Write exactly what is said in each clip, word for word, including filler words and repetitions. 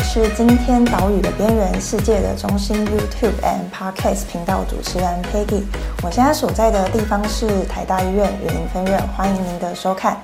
是今天岛屿的边缘世界的中心 YouTube and Podcast 频道主持人 Peggy。我现在所在的地方是台大医院云林分院，欢迎您的收看。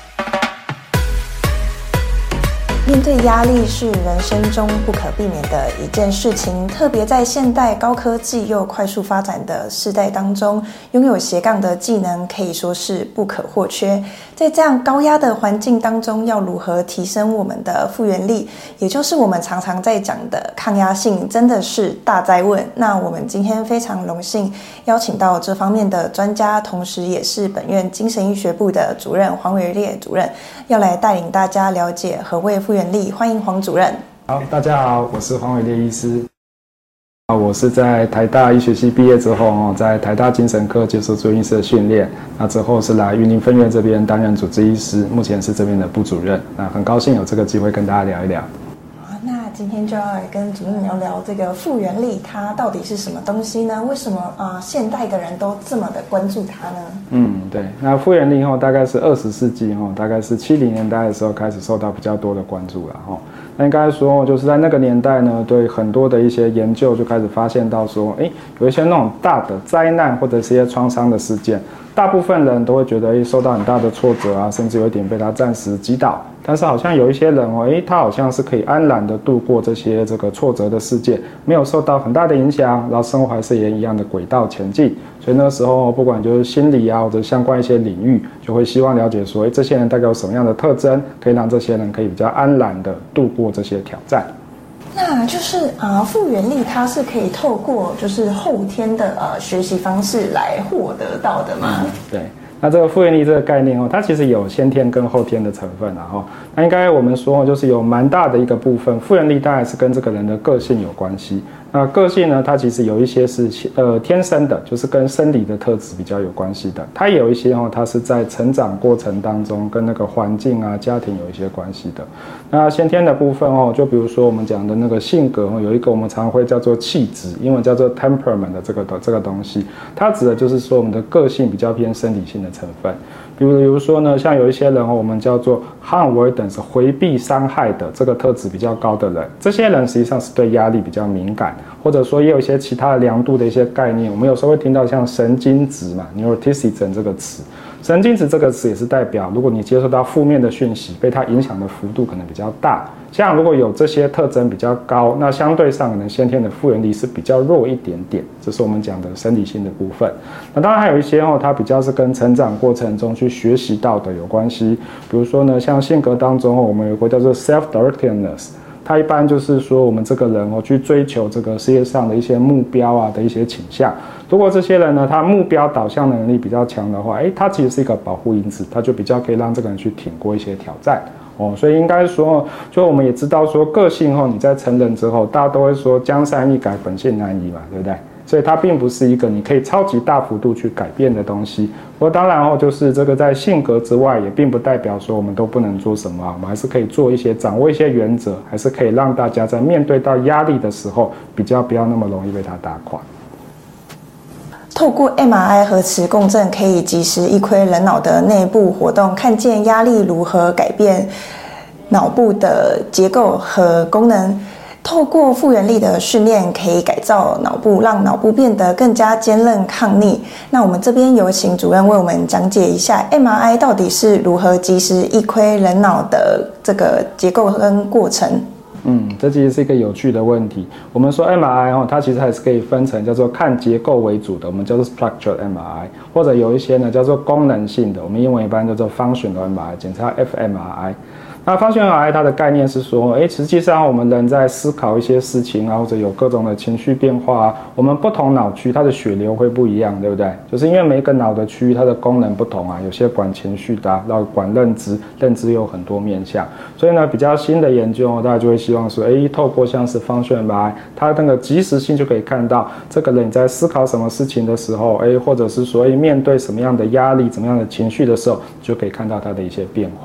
面对压力是人生中不可避免的一件事情，特别在现代高科技又快速发展的世代当中，拥有斜杠的技能可以说是不可或缺。在这样高压的环境当中，要如何提升我们的复原力，也就是我们常常在讲的抗压性，真的是大哉问。那我们今天非常荣幸邀请到这方面的专家，同时也是本院精神医学部的主任黄伟烈主任，要来带领大家了解何谓复原力。欢迎黄主任。 好，大家好，我是黄伟烈医师。我是在台大医学系毕业之后，在台大精神科接受住院医师的训练，那之后是来云林分院这边担任主治医师，目前是这边的部主任。那很高兴有这个机会跟大家聊一聊。 今天就要来跟主任聊聊这个复原力，它到底是什么东西呢？为什么啊、呃、现代的人都这么的关注它呢？ 嗯，对。那复原力后大概是二十世纪后，大概是七零年代的时候开始受到比较多的关注了哈。那应该说就是在那个年代呢，对很多的一些研究就开始发现到说，哎，有一些那种大的灾难或者是一些创伤的事件，大部分人都会觉得，哎，受到很大的挫折啊，甚至有一点被他暂时击倒。但是好像有一些人哦，诶，他好像是可以安然的度过这些这个挫折的事件，没有受到很大的影响，然后生活还是沿一样的轨道前进。所以那时候不管就是心理啊或者相关一些领域，就会希望了解说，诶，这些人大概有什么样的特征，可以让这些人可以比较安然的度过这些挑战。 那就是啊，复原力它是可以透过就是后天的呃学习方式来获得到的吗？ 嗯、对。那这个复原力这个概念哦，它其实有先天跟后天的成分啊哈。那应该我们说就是有蛮大的一个部分，复原力当然是跟这个人的个性有关系。那个性呢，它其实有一些是呃天生的，就是跟生理的特质比较有关系的。它也有一些哦，它是在成长过程当中跟那个环境啊、家庭有一些关系的。那先天的部分哦，就比如说我们讲的那个性格哦，有一个我们常会叫做气质，英文叫做 temperament 的这个这个东西，它指的就是说我们的个性比较偏生理性的成分。比如，比如说呢，像有一些人哦，我们叫做 avoidance 回避伤害的这个特质比较高的人，这些人实际上是对压力比较敏感，或者说也有一些其他的量度的一些概念。我们有时候会听到像神经质嘛 ，neuroticism 这个词。神经质这个词也是代表，如果你接受到负面的讯息，被它影响的幅度可能比较大。像如果有这些特征比较高，那相对上可能先天的复原力是比较弱一点点，这是我们讲的生理性的部分。那当然还有一些哦，它比较是跟成长过程中去学习到的有关系。比如说呢，像性格当中哦，我们有个叫做 self-directedness。它一般就是说，我们这个人哦，去追求这个事业上的一些目标啊的一些倾向。如果这些人呢，他目标导向的能力比较强的话，诶，他其实是一个保护因子，他就比较可以让这个人去挺过一些挑战哦。所以应该说，就我们也知道说，个性后你在成人之后，大家都会说江山易改，本性难移嘛，对不对？所以它并不是一个你可以超级大幅度去改变的东西。不过当然哦，就是这个在性格之外，也并不代表说我们都不能做什么啊，我们还是可以做一些掌握一些原则，还是可以让大家在面对到压力的时候，比较不要那么容易被它打垮。 透过 M R I 核磁共振，可以及时一窥人脑的内部活动，看见压力如何改变脑部的结构和功能。透过复原力的训练，可以改造脑部，让脑部变得更加坚韧抗逆。那我们这边有请主任为我们讲解一下 M R I 到底是如何及时一窥人脑的这个结构跟过程。 嗯，这其实是一个有趣的问题。我们说 M R I 哦，它其实还是可以分成叫做看结构为主的，我们叫做 structural M R I， 或者有一些呢叫做功能性的，我们英文一般叫做 functional M R I， 简称 F M R I。那functional M R I 它的概念是说，哎，实际上我们人在思考一些事情啊，或者有各种的情绪变化啊，我们不同脑区它的血流会不一样，对不对？就是因为每一个脑的区域它的功能不同啊，有些管情绪的、啊，然后管认知，认知有很多面向，所以呢，比较新的研究，大家就会希望说，哎，透过像是 functional M R I， 它那个即时性就可以看到这个人在思考什么事情的时候，哎，或者是说，哎，面对什么样的压力、怎么样的情绪的时候，就可以看到它的一些变化。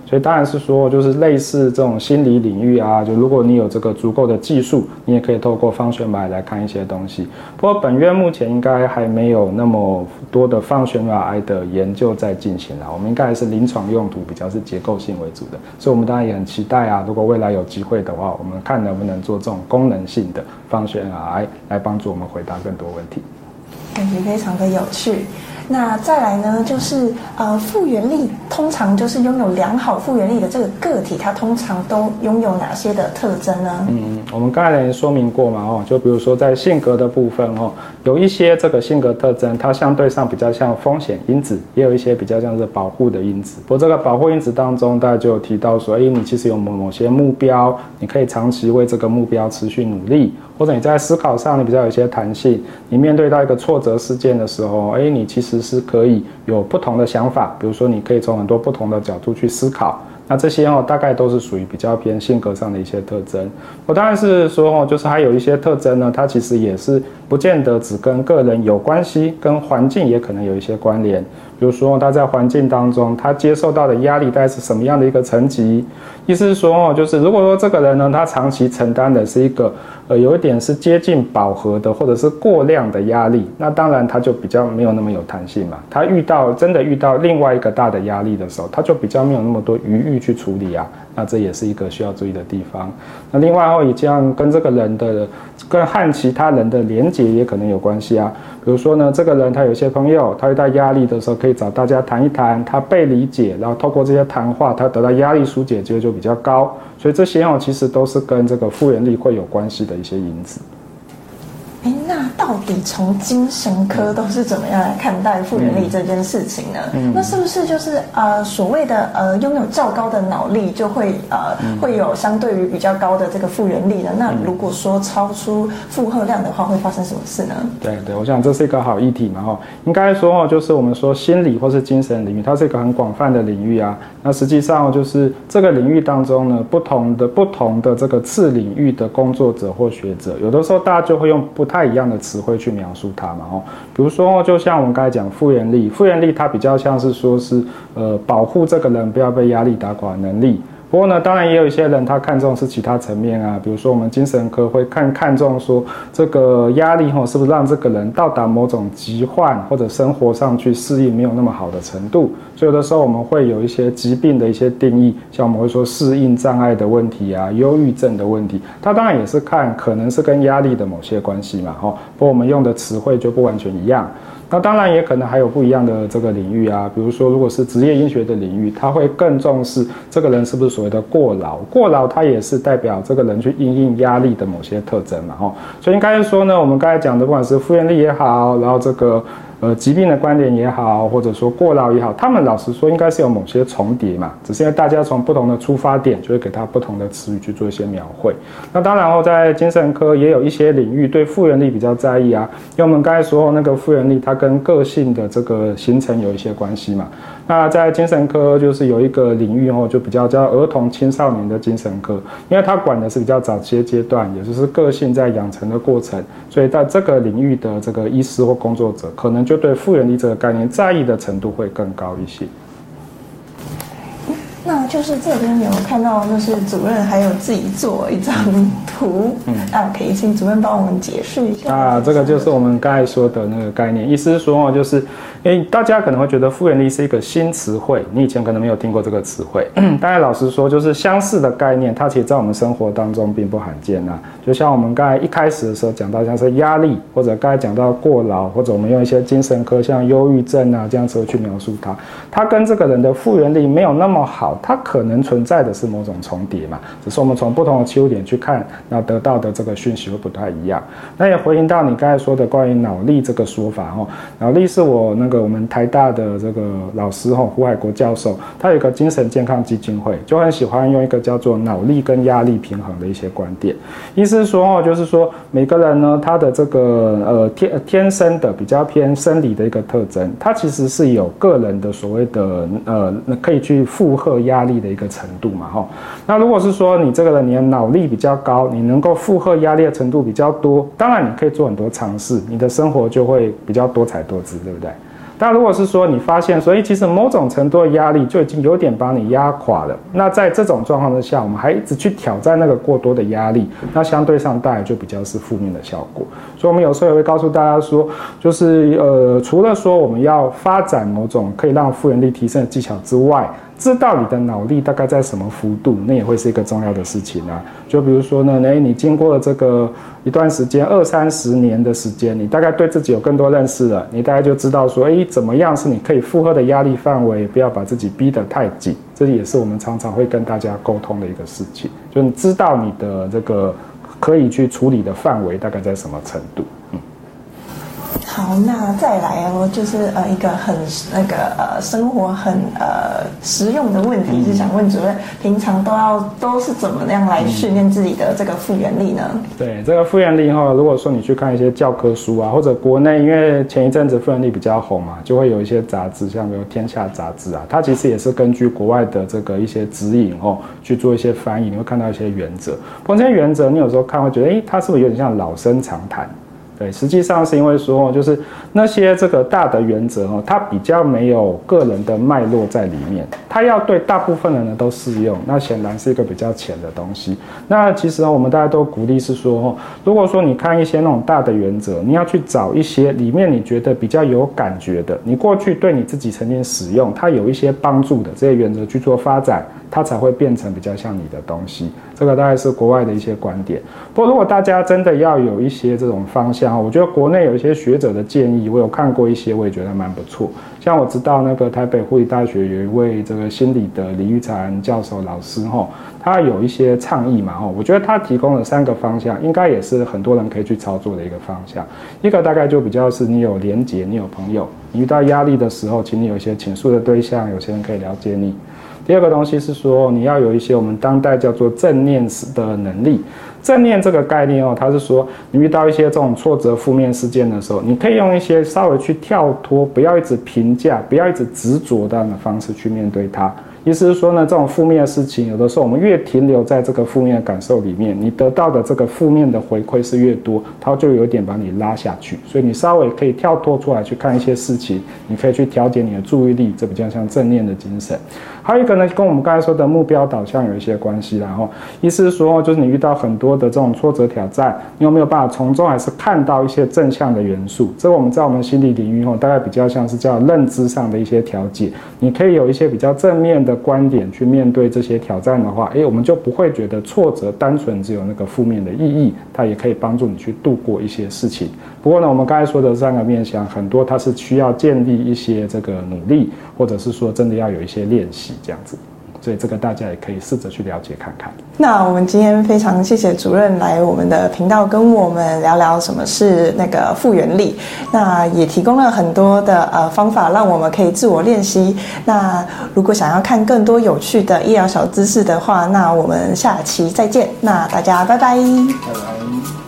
所以当然是说，就是类似这种心理领域啊，就如果你有这个足够的技术，你也可以透过放血癌来看一些东西。不过本院目前应该还没有那么多的放血癌的研究在进行啦，我们应该还是临床用途比较是结构性为主的，所以我们当然也很期待啊，如果未来有机会的话，我们看能不能做这种功能性的放血癌来帮助我们回答更多问题。 感觉非常的有趣。那再来呢，就是呃，复原力通常就是拥有良好复原力的这个个体，它通常都拥有哪些的特征呢？嗯， 我们刚才也说明过嘛，哦，就比如说在性格的部分，哦，有一些这个性格特征，它相对上比较像风险因子，也有一些比较像是保护的因子。不过这个保护因子当中，大家就有提到说，哎，你其实有某某些目标，你可以长期为这个目标持续努力。或者你在思考上你比较有一些弹性，你面对到一个挫折事件的时候，哎，你其实是可以有不同的想法，比如说你可以从很多不同的角度去思考。那这些哦，大概都是属于比较偏性格上的一些特征。我当然是说哦，就是还有一些特征呢，它其实也是不见得只跟个人有关系，跟环境也可能有一些关联。比如说他在环境当中，他接受到的压力大概是什么样的一个层级？意思是说哦，就是如果说这个人呢，他长期承担的是一个呃有一点是接近饱和的，或者是过量的压力，那当然他就比较没有那么有弹性嘛。他遇到真的遇到另外一个大的压力的时候，他就比较没有那么多余裕去处理啊。那这也是一个需要注意的地方。那另外哦，也这样跟这个人的跟和其他人的连结也可能有关系啊。比如说呢，这个人他有一些朋友，他遇到压力的时候可以找大家谈一谈，他被理解，然后透过这些谈话，他得到压力疏解机会就比较高。所以这些哦，其实都是跟这个复原力会有关系的一些因子。 哎，那到底从精神科都是怎么样来看待复原力这件事情呢？嗯、那是不是就是呃所谓的呃拥有较高的脑力就会呃、嗯、会有相对于比较高的这个复原力呢？那如果说超出负荷量的话，会发生什么事呢？对对，我想这是一个好议题嘛哈。应该说哦，就是我们说心理或是精神领域，它是一个很广泛的领域啊。那实际上就是这个领域当中呢，不同的不同的这个次领域的工作者或学者，有的时候大家就会用不太一样的词汇去描述它嘛，哦，比如说，就像我们刚才讲复原力，复原力它比较像是说是呃保护这个人不要被压力打垮的能力。不过呢，当然也有一些人他看重是其他层面啊，比如说我们精神科会看看重说这个压力吼是不是让这个人到达某种疾患或者生活上去适应没有那么好的程度，所以有的时候我们会有一些疾病的一些定义，像我们会说适应障碍的问题啊、忧郁症的问题，它当然也是看可能是跟压力的某些关系嘛，吼，不过我们用的词汇就不完全一样。那当然也可能还有不一样的这个领域啊，比如说如果是职业医学的领域，它会更重视这个人是不是所谓的过劳，过劳它也是代表这个人去因应压力的某些特征嘛，吼，所以应该是说呢，我们刚才讲的不管是复原力也好，然后这个呃疾病的观点也好，或者说过劳也好，他们老实说应该是有某些重叠嘛，只是因为大家从不同的出发点，就会给他不同的词语去做一些描绘。那当然后在精神科也有一些领域对复原力比较在意啊，因为我们刚才说那个复原力它跟个性的这个形成有一些关系嘛。那在精神科就是有一个领域哦，就比较叫儿童青少年的精神科，因为它管的是比较早期的阶段，也就是个性在养成的过程，所以在这个领域的这个医师或工作者，可能就对复原力这个概念在意的程度会更高一些。 那就是这边有看到，就是主任还有自己做一张图，嗯，啊，可以请主任帮我们解释一下。 啊，这个就是我们刚才说的那个概念，意思是说哦，就是因为大家可能会觉得复原力是一个新词汇，你以前可能没有听过这个词汇。当然，老实说，就是相似的概念，它其实在我们生活当中并不罕见啊。就像我们刚才一开始的时候讲到，像是压力，或者刚才讲到过劳，或者我们用一些精神科像忧郁症啊这样子去描述它，它跟这个人的复原力没有那么好。它可能存在的是某种重叠嘛，只是我们从不同的切入点去看，那得到的这个讯息会不太一样。那也回应到你刚才说的关于脑力这个说法哦，脑力是我那个我们台大的这个老师哦，胡海国教授，他有一个精神健康基金会，就很喜欢用一个叫做脑力跟压力平衡的一些观点。意思是说哦，就是说每个人呢，他的这个呃天天生的比较偏生理的一个特征，他其实是有个人的所谓的呃可以去负荷压力的一个程度嘛，哈。那如果是说你这个人你的脑力比较高，你能够负荷压力的程度比较多，当然你可以做很多尝试，你的生活就会比较多彩多姿，对不对？ 但如果是说你发现，所以其实某种程度的压力就已经有点把你压垮了，那在这种状况之下，我们还一直去挑战那个过多的压力，那相对上带来就比较是负面的效果。所以我们有时候也会告诉大家说，就是呃，除了说我们要发展某种可以让复原力提升的技巧之外，知道你的脑力大概在什么幅度，那也会是一个重要的事情啊。就比如说呢，哎，你经过了这个一段时间，二三十年的时间，你大概对自己有更多认识了，你大概就知道说，哎，怎么样是你可以负荷的压力范围，不要把自己逼得太紧。这也是我们常常会跟大家沟通的一个事情，就你知道你的这个可以去处理的范围大概在什么程度。嗯。 好，那再来哦，就是呃一个很那个呃生活很呃实用的问题，是想问主任，平常都要都是怎么样来训练自己的这个复原力呢？对，这个复原力哈，如果说你去看一些教科书啊，或者国内，因为前一阵子复原力比较红嘛，就会有一些杂志，像比如《天下》杂志啊，它其实也是根据国外的这个一些指引哦去做一些翻译，你会看到一些原则。不过这些原则，你有时候看会觉得，哎，它是不是有点像老生常谈？对，实际上是因为说，就是那些这个大的原则哦，它比较没有个人的脉络在里面，它要对大部分人呢都适用，那显然是一个比较浅的东西。那其实我们大家都鼓励是说，如果说你看一些那种大的原则，你要去找一些里面你觉得比较有感觉的，你过去对你自己曾经使用，它有一些帮助的这些原则去做发展，它才会变成比较像你的东西。这个大概是国外的一些观点。不过如果大家真的要有一些这种方向，我觉得国内有一些学者的建议，我有看过一些，我也觉得蛮不错。像我知道那个台北护理大学有一位这个心理的李玉婵教授老师哈，他有一些倡议嘛哈，我觉得他提供了三个方向，应该也是很多人可以去操作的一个方向。一个大概就比较是你有连结，你有朋友，你遇到压力的时候，请你有一些倾诉的对象，有些人可以了解你。第二个东西是说，你要有一些我们当代叫做正念的能力。正念这个概念哦，它是说你遇到一些这种挫折、负面事件的时候，你可以用一些稍微去跳脱，不要一直评价，不要一直执着的方式去面对它。意思是说呢，这种负面的事情，有的时候我们越停留在这个负面的感受里面，你得到的这个负面的回馈是越多，它就有点把你拉下去。所以你稍微可以跳脱出来去看一些事情，你可以去调节你的注意力，这比较像正念的精神。还有一个呢，跟我们刚才说的目标导向有一些关系啦。然后意思是说，就是你遇到很多的这种挫折挑战，你有没有办法从中还是看到一些正向的元素？这个我们在我们心理领域哦，大概比较像是叫认知上的一些调节。你可以有一些比较正面的观点去面对这些挑战的话，诶，我们就不会觉得挫折单纯只有那个负面的意义，它也可以帮助你去度过一些事情。不过呢，我们刚才说的三个面向，很多它是需要建立一些这个努力，或者是说真的要有一些练习这样子。所以这个大家也可以试着去了解看看。那我们今天非常谢谢主任来我们的频道跟我们聊聊什么是那个复原力，那也提供了很多的呃方法让我们可以自我练习。那如果想要看更多有趣的医疗小知识的话，那我们下期再见。那大家拜拜。拜拜。